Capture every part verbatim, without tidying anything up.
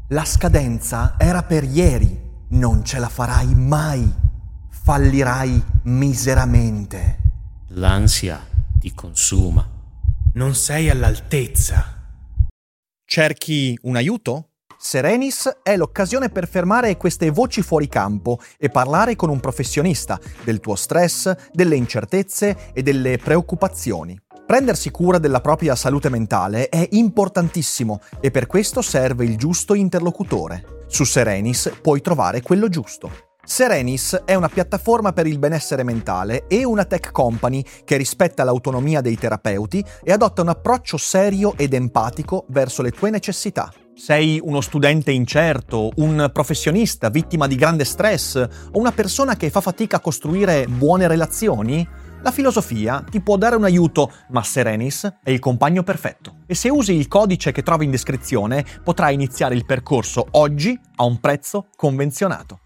La scadenza era per ieri, non ce la farai mai. Fallirai miseramente. L'ansia ti consuma. Non sei all'altezza. Cerchi un aiuto? Serenis è l'occasione per fermare queste voci fuori campo e parlare con un professionista del tuo stress, delle incertezze e delle preoccupazioni. Prendersi cura della propria salute mentale è importantissimo e per questo serve il giusto interlocutore. Su Serenis puoi trovare quello giusto. Serenis è una piattaforma per il benessere mentale e una tech company che rispetta l'autonomia dei terapeuti e adotta un approccio serio ed empatico verso le tue necessità. Sei uno studente incerto, un professionista vittima di grande stress o una persona che fa fatica a costruire buone relazioni? La filosofia ti può dare un aiuto, ma Serenis è il compagno perfetto. E se usi il codice che trovi in descrizione, potrai iniziare il percorso oggi a un prezzo convenzionato.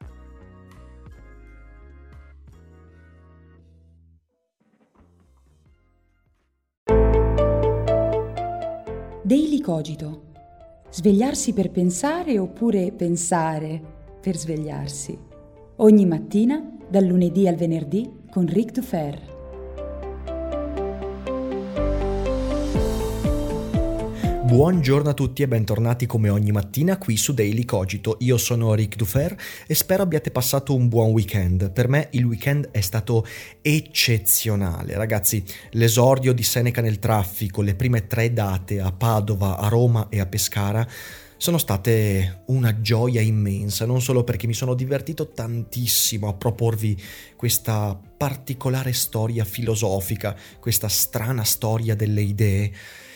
Daily Cogito. Svegliarsi per pensare oppure pensare per svegliarsi. Ogni mattina, dal lunedì al venerdì, con Ric Dufer. Buongiorno a tutti e bentornati come ogni mattina qui su Daily Cogito. Io sono Ric Dufer e spero abbiate passato un buon weekend. Per me il weekend è stato eccezionale. Ragazzi, l'esordio di Seneca nel traffico, le prime tre date a Padova, a Roma e a Pescara sono state una gioia immensa, non solo perché mi sono divertito tantissimo a proporvi questa particolare storia filosofica, questa strana storia delle idee,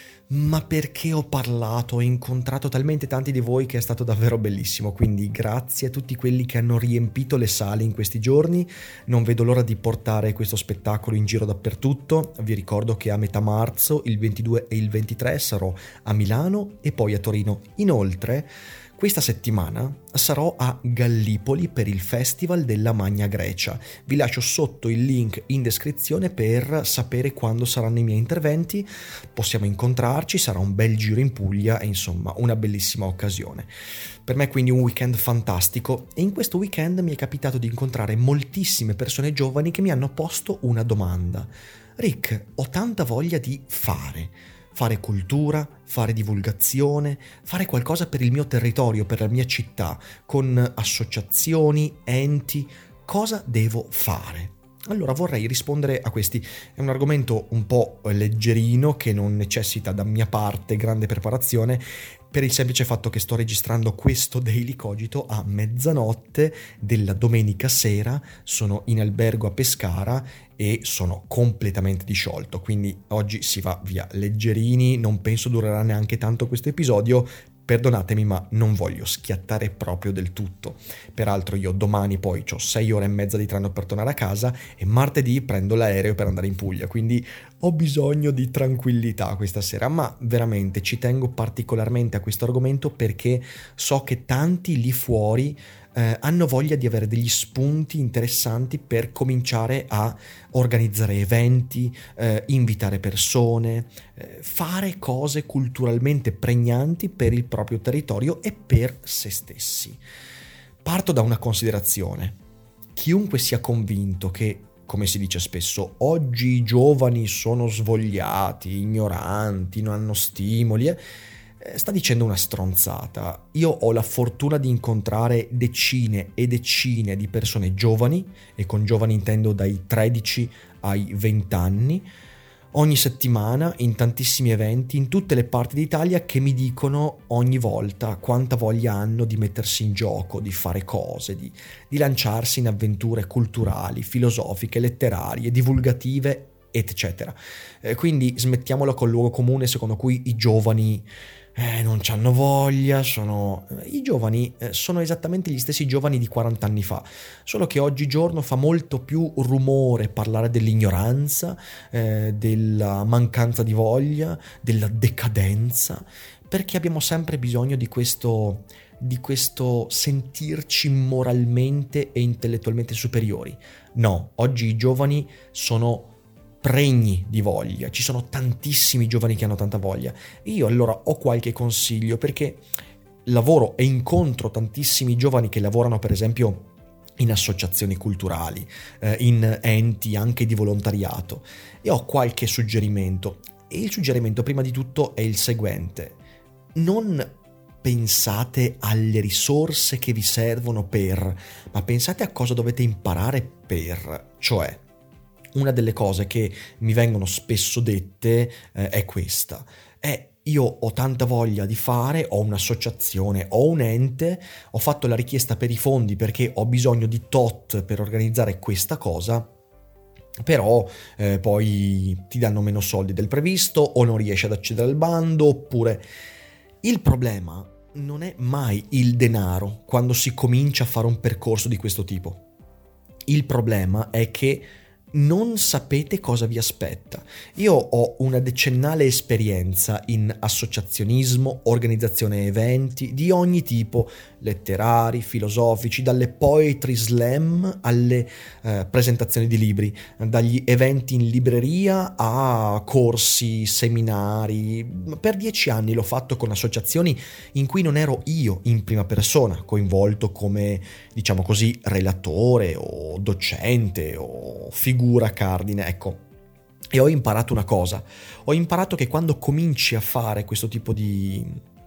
ma perché ho parlato e incontrato talmente tanti di voi che è stato davvero bellissimo. Quindi grazie a tutti quelli che hanno riempito le sale in questi giorni. Non vedo l'ora di portare questo spettacolo in giro dappertutto. Vi ricordo che a metà marzo, il ventidue e il ventitré, sarò a Milano e poi a Torino. Inoltre, questa settimana sarò a Gallipoli per il Festival della Magna Grecia. Vi lascio sotto il link in descrizione per sapere quando saranno i miei interventi. Possiamo incontrarci, sarà un bel giro in Puglia e insomma una bellissima occasione. Per me quindi un weekend fantastico e in questo weekend mi è capitato di incontrare moltissime persone giovani che mi hanno posto una domanda. Rick, ho tanta voglia di fare. Fare cultura, fare divulgazione, fare qualcosa per il mio territorio, per la mia città, con associazioni, enti, cosa devo fare? Allora vorrei rispondere a questi. È un argomento un po' leggerino che non necessita da mia parte grande preparazione, per il semplice fatto che sto registrando questo Daily Cogito a mezzanotte della domenica sera, sono in albergo a Pescara e sono completamente disciolto, quindi oggi si va via leggerini, non penso durerà neanche tanto questo episodio. Perdonatemi, ma non voglio schiattare proprio del tutto. Peraltro io domani poi ho sei ore e mezza di treno per tornare a casa e martedì prendo l'aereo per andare in Puglia, quindi ho bisogno di tranquillità questa sera, ma veramente ci tengo particolarmente a questo argomento perché so che tanti lì fuori eh, hanno voglia di avere degli spunti interessanti per cominciare a organizzare eventi, eh, invitare persone, eh, fare cose culturalmente pregnanti per il proprio territorio e per se stessi. Parto da una considerazione. Chiunque sia convinto che, come si dice spesso, oggi i giovani sono svogliati, ignoranti, non hanno stimoli, eh, sta dicendo una stronzata. Io ho la fortuna di incontrare decine e decine di persone giovani, e con giovani intendo dai tredici ai venti anni, ogni settimana in tantissimi eventi in tutte le parti d'Italia che mi dicono ogni volta quanta voglia hanno di mettersi in gioco, di fare cose, di, di lanciarsi in avventure culturali, filosofiche, letterarie, divulgative, eccetera. Eh, quindi smettiamola col luogo comune secondo cui i giovani eh, non c'hanno voglia, sono... I giovani eh, sono esattamente gli stessi giovani di quaranta anni fa, solo che oggigiorno fa molto più rumore parlare dell'ignoranza, eh, della mancanza di voglia, della decadenza, perché abbiamo sempre bisogno di questo, di questo sentirci moralmente e intellettualmente superiori. No, oggi i giovani sono pregni di voglia, ci sono tantissimi giovani che hanno tanta voglia. Io allora ho qualche consiglio, perché lavoro e incontro tantissimi giovani che lavorano per esempio in associazioni culturali, eh, in enti anche di volontariato, e ho qualche suggerimento. E il suggerimento prima di tutto è il seguente: non pensate alle risorse che vi servono per, ma pensate a cosa dovete imparare per. Cioè, una delle cose che mi vengono spesso dette eh, è questa: è io ho tanta voglia di fare, ho un'associazione, ho un ente, ho fatto la richiesta per i fondi perché ho bisogno di tot per organizzare questa cosa, però eh, poi ti danno meno soldi del previsto, o non riesci ad accedere al bando, oppure... Il problema non è mai il denaro quando si comincia a fare un percorso di questo tipo. Il problema è che non sapete cosa vi aspetta. Io ho una decennale esperienza in associazionismo, organizzazione eventi di ogni tipo, letterari, filosofici, dalle poetry slam alle eh, presentazioni di libri, dagli eventi in libreria a corsi, seminari. Per dieci anni l'ho fatto con associazioni in cui non ero io in prima persona coinvolto come, diciamo così, relatore o docente o figura cardine, ecco. E ho imparato una cosa: ho imparato che quando cominci a fare questo tipo di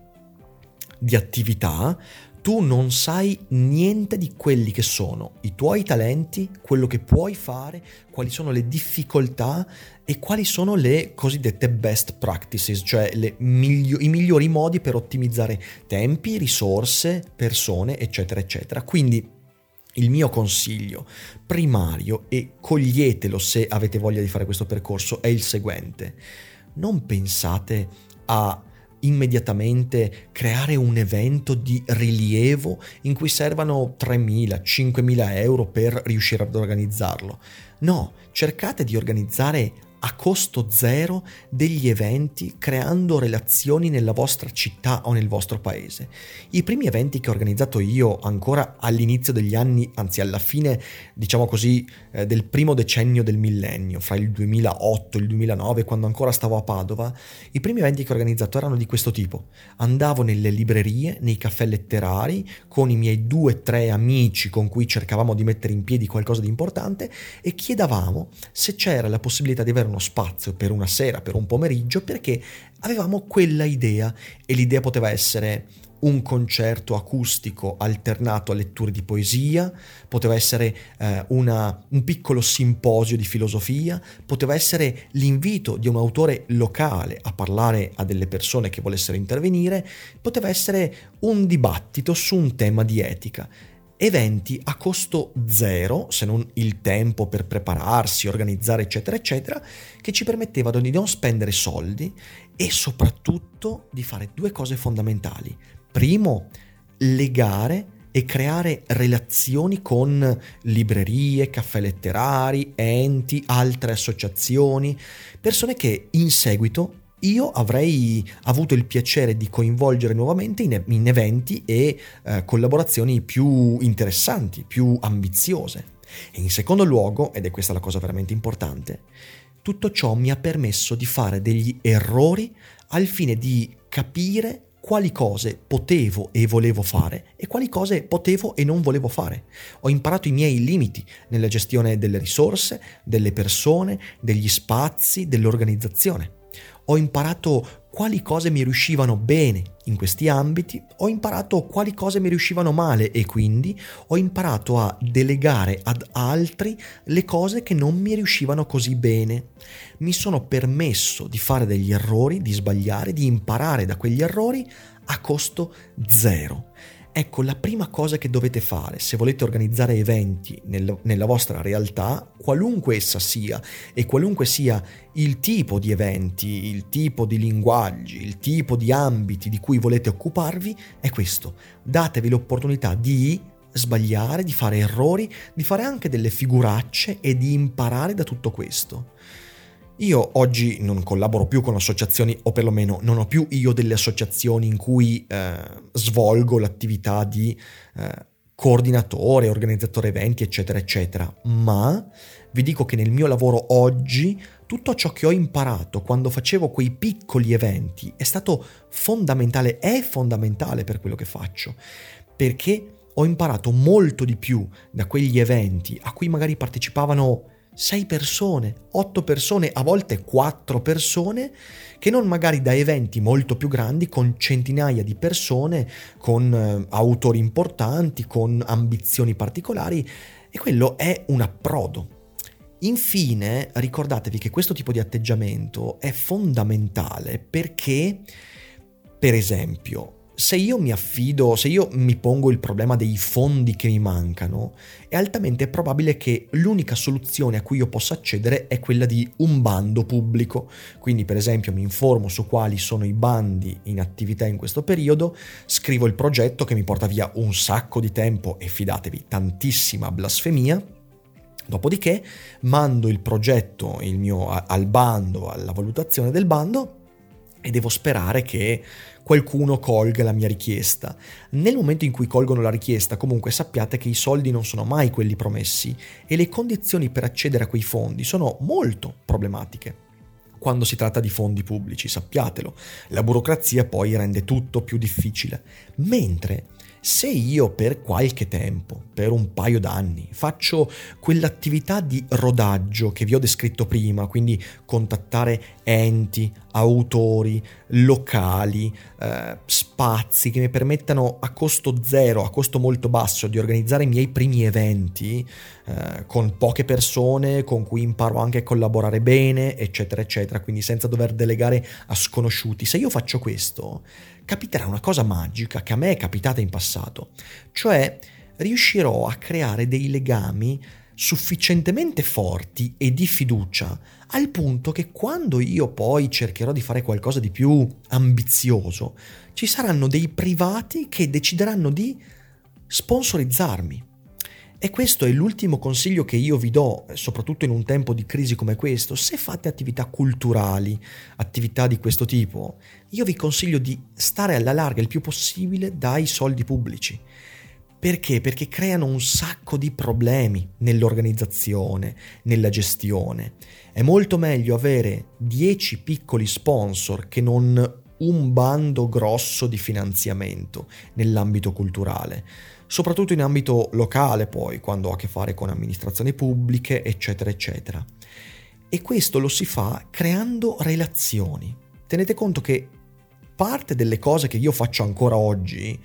di attività, tu non sai niente di quelli che sono i tuoi talenti, quello che puoi fare, quali sono le difficoltà e quali sono le cosiddette best practices, cioè le miglio- i migliori modi per ottimizzare tempi, risorse, persone, eccetera, eccetera. Quindi il mio consiglio primario, e coglietelo se avete voglia di fare questo percorso, è il seguente: non pensate a immediatamente creare un evento di rilievo in cui servano tremila, cinquemila euro per riuscire ad organizzarlo. No, cercate di organizzare a costo zero degli eventi, creando relazioni nella vostra città o nel vostro paese. I primi eventi che ho organizzato io ancora all'inizio degli anni, anzi alla fine, diciamo così, eh, del primo decennio del millennio, fra il duemilaotto e il duemilanove, quando ancora stavo a Padova, i primi eventi che ho organizzato erano di questo tipo. Andavo nelle librerie, nei caffè letterari, con i miei due o tre amici con cui cercavamo di mettere in piedi qualcosa di importante, e chiedevamo se c'era la possibilità di avere uno spazio per una sera, per un pomeriggio, perché avevamo quella idea, e l'idea poteva essere un concerto acustico alternato a letture di poesia, poteva essere eh, una, un piccolo simposio di filosofia, poteva essere l'invito di un autore locale a parlare a delle persone che volessero intervenire, poteva essere un dibattito su un tema di etica. Eventi a costo zero, se non il tempo per prepararsi, organizzare, eccetera, eccetera, che ci permettevano di non spendere soldi e soprattutto di fare due cose fondamentali. Primo, legare e creare relazioni con librerie, caffè letterari, enti, altre associazioni, persone che in seguito io avrei avuto il piacere di coinvolgere nuovamente in, in eventi e eh, collaborazioni più interessanti, più ambiziose. E in secondo luogo, ed è questa la cosa veramente importante, tutto ciò mi ha permesso di fare degli errori al fine di capire quali cose potevo e volevo fare e quali cose potevo e non volevo fare. Ho imparato i miei limiti nella gestione delle risorse, delle persone, degli spazi, dell'organizzazione. Ho imparato quali cose mi riuscivano bene in questi ambiti, ho imparato quali cose mi riuscivano male, e quindi ho imparato a delegare ad altri le cose che non mi riuscivano così bene. Mi sono permesso di fare degli errori, di sbagliare, di imparare da quegli errori a costo zero. Ecco, la prima cosa che dovete fare se volete organizzare eventi nel, nella vostra realtà, qualunque essa sia, e qualunque sia il tipo di eventi, il tipo di linguaggi, il tipo di ambiti di cui volete occuparvi, è questo: datevi l'opportunità di sbagliare, di fare errori, di fare anche delle figuracce e di imparare da tutto questo. Io oggi non collaboro più con associazioni, o perlomeno non ho più io delle associazioni in cui eh, svolgo l'attività di eh, coordinatore, organizzatore eventi, eccetera, eccetera. Ma vi dico che nel mio lavoro oggi tutto ciò che ho imparato quando facevo quei piccoli eventi è stato fondamentale, è fondamentale per quello che faccio, perché ho imparato molto di più da quegli eventi a cui magari partecipavano sei persone, otto persone, a volte quattro persone, che non magari da eventi molto più grandi con centinaia di persone, con eh, autori importanti, con ambizioni particolari, e quello è un approdo. Infine, ricordatevi che questo tipo di atteggiamento è fondamentale perché, per esempio, se io mi affido, se io mi pongo il problema dei fondi che mi mancano, è altamente probabile che l'unica soluzione a cui io possa accedere è quella di un bando pubblico. Quindi, per esempio, mi informo su quali sono i bandi in attività in questo periodo, scrivo il progetto che mi porta via un sacco di tempo e, fidatevi, tantissima blasfemia. Dopodiché mando il progetto il mio, al bando, alla valutazione del bando, e devo sperare che qualcuno colga la mia richiesta. Nel momento in cui colgono la richiesta, comunque sappiate che i soldi non sono mai quelli promessi e le condizioni per accedere a quei fondi sono molto problematiche. Quando si tratta di fondi pubblici, sappiatelo, la burocrazia poi rende tutto più difficile. Mentre se io per qualche tempo, per un paio d'anni, faccio quell'attività di rodaggio che vi ho descritto prima, quindi contattare enti, autori, locali, eh, spazi che mi permettano a costo zero, a costo molto basso, di organizzare i miei primi eventi eh, con poche persone, con cui imparo anche a collaborare bene, eccetera, eccetera, quindi senza dover delegare a sconosciuti. Se io faccio questo, capiterà una cosa magica che a me è capitata in passato, cioè riuscirò a creare dei legami sufficientemente forti e di fiducia al punto che quando io poi cercherò di fare qualcosa di più ambizioso, ci saranno dei privati che decideranno di sponsorizzarmi. E questo è l'ultimo consiglio che io vi do, soprattutto in un tempo di crisi come questo. Se fate attività culturali, attività di questo tipo, io vi consiglio di stare alla larga il più possibile dai soldi pubblici. Perché? Perché creano un sacco di problemi nell'organizzazione, nella gestione. È molto meglio avere dieci piccoli sponsor che non un bando grosso di finanziamento nell'ambito culturale. Soprattutto in ambito locale poi, quando ho a che fare con amministrazioni pubbliche, eccetera, eccetera. E questo lo si fa creando relazioni. Tenete conto che parte delle cose che io faccio ancora oggi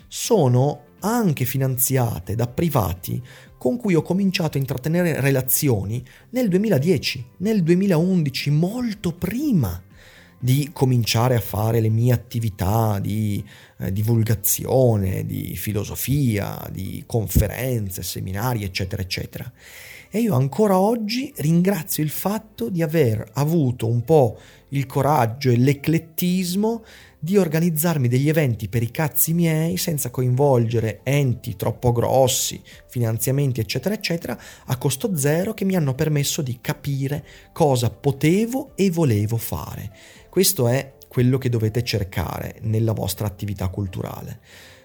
sono anche finanziate da privati con cui ho cominciato a intrattenere relazioni nel duemiladieci, nel duemilaundici, molto prima di cominciare a fare le mie attività di eh, divulgazione, di filosofia, di conferenze, seminari, eccetera, eccetera. E io ancora oggi ringrazio il fatto di aver avuto un po' il coraggio e l'eclettismo di organizzarmi degli eventi per i cazzi miei senza coinvolgere enti troppo grossi, finanziamenti, eccetera, eccetera, a costo zero, che mi hanno permesso di capire cosa potevo e volevo fare. Questo è quello che dovete cercare nella vostra attività culturale.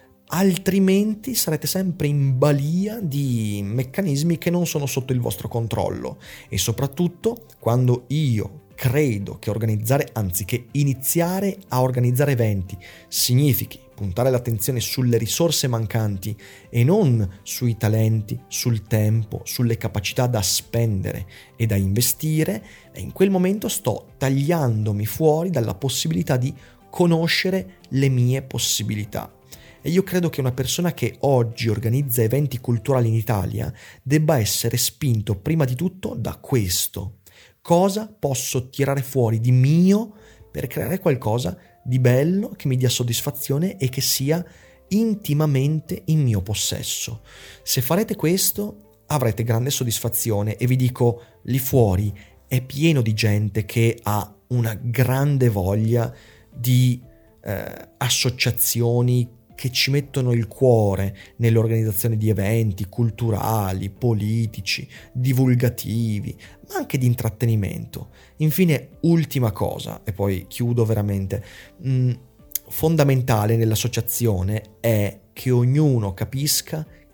Altrimenti sarete sempre in balia di meccanismi che non sono sotto il vostro controllo. E soprattutto quando io credo che organizzare, anzi che iniziare a organizzare eventi significhi puntare l'attenzione sulle risorse mancanti e non sui talenti, sul tempo, sulle capacità da spendere e da investire, e in quel momento sto tagliandomi fuori dalla possibilità di conoscere le mie possibilità. E io credo che una persona che oggi organizza eventi culturali in Italia debba essere spinto prima di tutto da questo. Cosa posso tirare fuori di mio per creare qualcosa di bello, che mi dia soddisfazione e che sia intimamente in mio possesso. Se farete questo avrete grande soddisfazione, e vi dico, lì fuori è pieno di gente che ha una grande voglia di eh, associazioni che ci mettono il cuore nell'organizzazione di eventi culturali, politici, divulgativi, ma anche di intrattenimento. Infine, ultima cosa, e poi chiudo veramente, mh, fondamentale nell'associazione è che ognuno capisca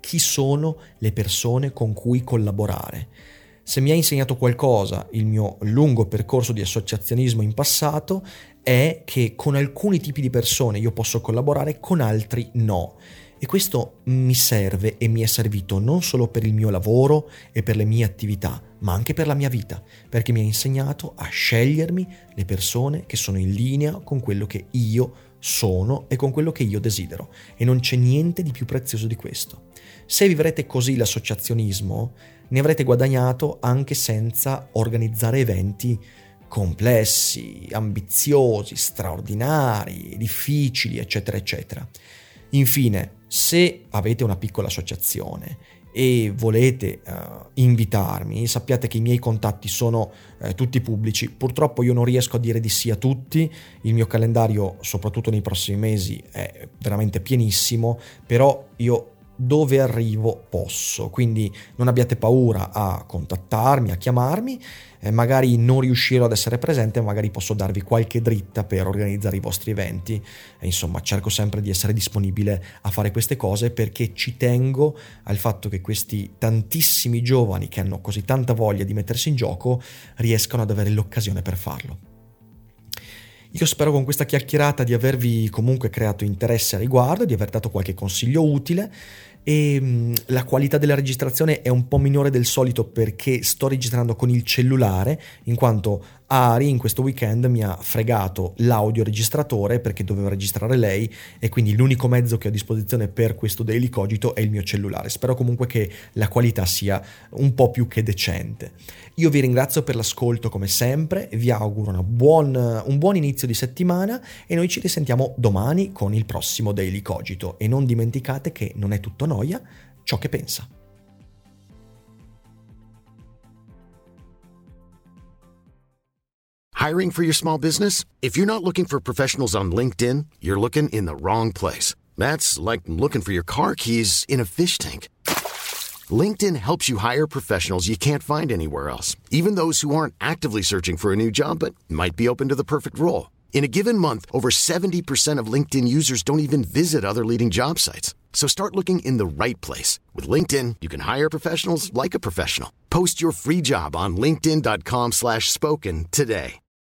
chi sono le persone con cui collaborare. Se mi ha insegnato qualcosa il mio lungo percorso di associazionismo in passato è che con alcuni tipi di persone io posso collaborare, con altri no. E questo mi serve e mi è servito non solo per il mio lavoro e per le mie attività, ma anche per la mia vita, perché mi ha insegnato a scegliermi le persone che sono in linea con quello che io sono e con quello che io desidero. E non c'è niente di più prezioso di questo. Se vivrete così l'associazionismo, ne avrete guadagnato anche senza organizzare eventi complessi, ambiziosi, straordinari, difficili, eccetera, eccetera. Infine, se avete una piccola associazione e volete uh, invitarmi, sappiate che i miei contatti sono uh, tutti pubblici. Purtroppo io non riesco a dire di sì a tutti, il mio calendario, soprattutto nei prossimi mesi, è veramente pienissimo, però io dove arrivo posso, quindi non abbiate paura a contattarmi, a chiamarmi, eh, magari non riuscirò ad essere presente, magari posso darvi qualche dritta per organizzare i vostri eventi, e insomma cerco sempre di essere disponibile a fare queste cose, perché ci tengo al fatto che questi tantissimi giovani che hanno così tanta voglia di mettersi in gioco riescano ad avere l'occasione per farlo. Io spero con questa chiacchierata di avervi comunque creato interesse a riguardo, di aver dato qualche consiglio utile, e mh, la qualità della registrazione è un po' minore del solito perché sto registrando con il cellulare, in quanto Ari in questo weekend mi ha fregato l'audioregistratore perché doveva registrare lei, e quindi l'unico mezzo che ho a disposizione per questo Daily Cogito è il mio cellulare. Spero comunque che la qualità sia un po' più che decente. Io vi ringrazio per l'ascolto come sempre, vi auguro una buon, un buon inizio di settimana e noi ci risentiamo domani con il prossimo Daily Cogito, e non dimenticate che non è tutto noia ciò che pensa. Hiring for your small business? If you're not looking for professionals on LinkedIn, you're looking in the wrong place. That's like looking for your car keys in a fish tank. LinkedIn helps you hire professionals you can't find anywhere else, even those who aren't actively searching for a new job but might be open to the perfect role. In a given month, over seventy percent of LinkedIn users don't even visit other leading job sites. So start looking in the right place. With LinkedIn, you can hire professionals like a professional. Post your free job on linkedin dot com slash spoken today.